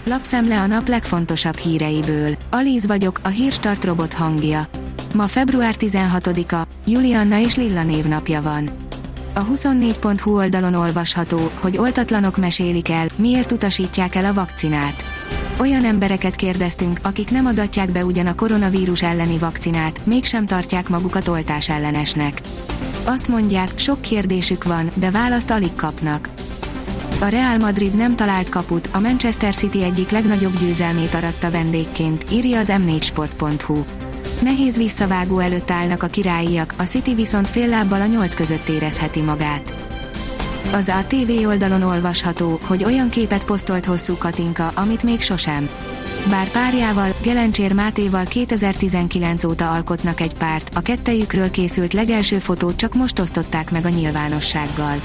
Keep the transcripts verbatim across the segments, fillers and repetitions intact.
Lapszemle a nap legfontosabb híreiből. Alíz vagyok, a Hírstart robot hangja. Ma február tizenhatodika, Julianna és Lilla névnapja van. A huszonnégy pont hu oldalon olvasható, hogy oltatlanok mesélik el, miért utasítják el a vakcinát. Olyan embereket kérdeztünk, akik nem adatják be ugyan a koronavírus elleni vakcinát, mégsem tartják magukat oltás ellenesnek. Azt mondják, sok kérdésük van, de választ alig kapnak. A Real Madrid nem talált kaput, a Manchester City egyik legnagyobb győzelmét aratta vendégként, írja az em négy sport pont hu. Nehéz visszavágó előtt állnak a királyiak, a City viszont fél lábbal a nyolc között érezheti magát. Az á té vé oldalon olvasható, hogy olyan képet posztolt Hosszú Katinka, amit még sosem. Bár párjával, Gelencsér Mátéval kétezer-tizenkilenc óta alkotnak egy párt, a kettejükről készült legelső fotót csak most osztották meg a nyilvánossággal.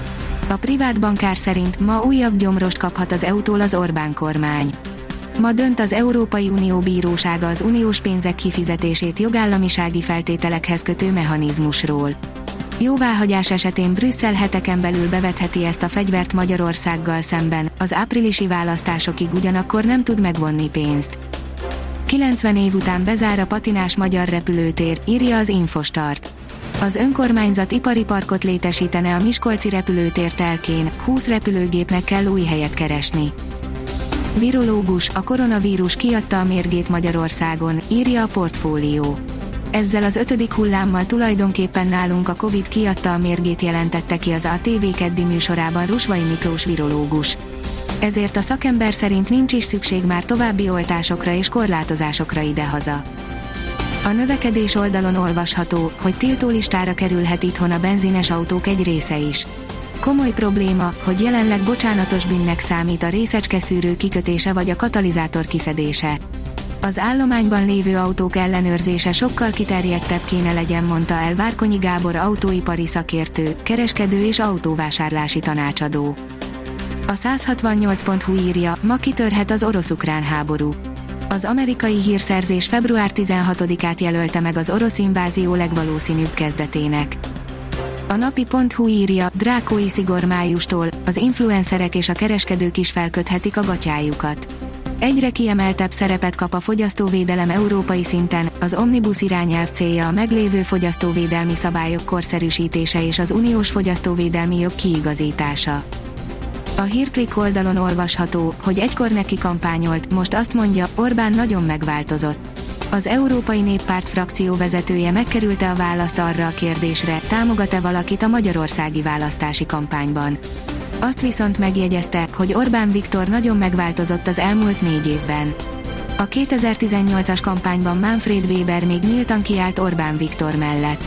A privát bankár szerint ma újabb gyomrost kaphat az é u-tól az Orbán kormány. Ma dönt az Európai Unió bírósága az uniós pénzek kifizetését jogállamisági feltételekhez kötő mechanizmusról. Jóváhagyás esetén Brüsszel heteken belül bevetheti ezt a fegyvert Magyarországgal szemben, az áprilisi választásokig ugyanakkor nem tud megvonni pénzt. kilencven év után bezár a patinás magyar repülőtér, írja az Infostart. Az önkormányzat ipari parkot létesítene a miskolci repülőtér telkén, húsz repülőgépnek kell új helyet keresni. Virológus, a koronavírus kiadta a mérgét Magyarországon, írja a Portfólió. Ezzel az ötödik hullámmal tulajdonképpen nálunk a Covid kiadta a mérgét, jelentette ki az á té vé keddi műsorában Rusvai Miklós virológus. Ezért a szakember szerint nincs is szükség már további oltásokra és korlátozásokra idehaza. A növekedés oldalon olvasható, hogy tiltólistára kerülhet itthon a benzines autók egy része is. Komoly probléma, hogy jelenleg bocsánatos bűnnek számít a részecskeszűrő kikötése vagy a katalizátor kiszedése. Az állományban lévő autók ellenőrzése sokkal kiterjedtebb kéne legyen, mondta el Várkonyi Gábor autóipari szakértő, kereskedő és autóvásárlási tanácsadó. A száz hatvannyolc pont hu írja, ma kitörhet az orosz-ukrán háború. Az amerikai hírszerzés február tizenhatodikát jelölte meg az orosz invázió legvalószínűbb kezdetének. A napi pont hu írja, drákói szigor májustól, az influencerek és a kereskedők is felköthetik a gatyájukat. Egyre kiemeltebb szerepet kap a fogyasztóvédelem európai szinten, az Omnibus irányelv célja a meglévő fogyasztóvédelmi szabályok korszerűsítése és az uniós fogyasztóvédelmi jog kiigazítása. A Hírklik oldalon olvasható, hogy egykor neki kampányolt, most azt mondja, Orbán nagyon megváltozott. Az Európai Néppárt frakció vezetője megkerülte a választ arra a kérdésre, támogat-e valakit a magyarországi választási kampányban. Azt viszont megjegyezte, hogy Orbán Viktor nagyon megváltozott az elmúlt négy évben. A kétezer-tizennyolcas kampányban Manfred Weber még nyíltan kiállt Orbán Viktor mellett.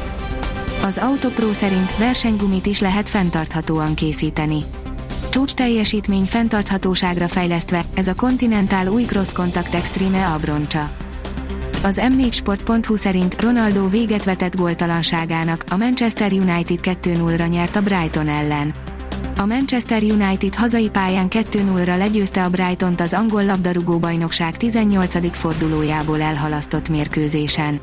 Az Autopro szerint versenygumit is lehet fenntarthatóan készíteni. Csúcs teljesítmény fenntarthatóságra fejlesztve, ez a Continental új Cross Contact Extreme abroncsa. Az em négy sport pont hu szerint Ronaldo véget vetett góltalanságának, a Manchester United kettő nullra nyert a Brighton ellen. A Manchester United hazai pályán kettő nullra legyőzte a Brightont az angol labdarúgó-bajnokság tizennyolcadik fordulójából elhalasztott mérkőzésen.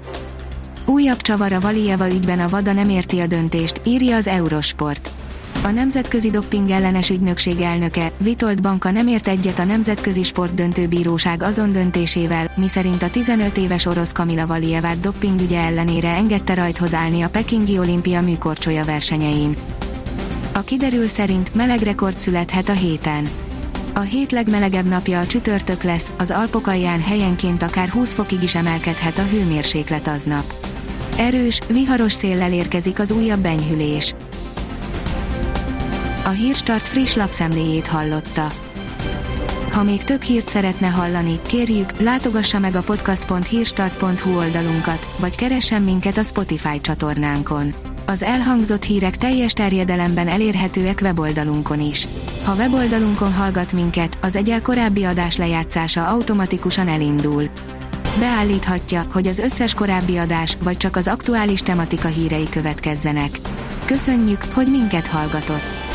Újabb csavar a Valijeva ügyben, a VADA nem érti a döntést, írja az Eurosport. A Nemzetközi Dopping Ellenes Ügynökség elnöke, Witold Banka nem ért egyet a Nemzetközi Sportdöntőbíróság azon döntésével, miszerint a tizenöt éves orosz Kamila Valijevát doppingügye ellenére engedte rajthoz állni a pekingi olimpia műkorcsolya versenyein. A kiderül szerint meleg rekord születhet a héten. A hét legmelegebb napja a csütörtök lesz, az Alpok alján helyenként akár húsz fokig is emelkedhet a hőmérséklet aznap. Erős, viharos széllel érkezik az újabb enyhülés. A Hírstart friss lapszemléjét hallotta. Ha még több hírt szeretne hallani, kérjük, látogassa meg a podcast pont hírstart pont hu oldalunkat, vagy keressen minket a Spotify csatornánkon. Az elhangzott hírek teljes terjedelemben elérhetőek weboldalunkon is. Ha weboldalunkon hallgat minket, az egyel korábbi adás lejátszása automatikusan elindul. Beállíthatja, hogy az összes korábbi adás, vagy csak az aktuális tematika hírei következzenek. Köszönjük, hogy minket hallgatott!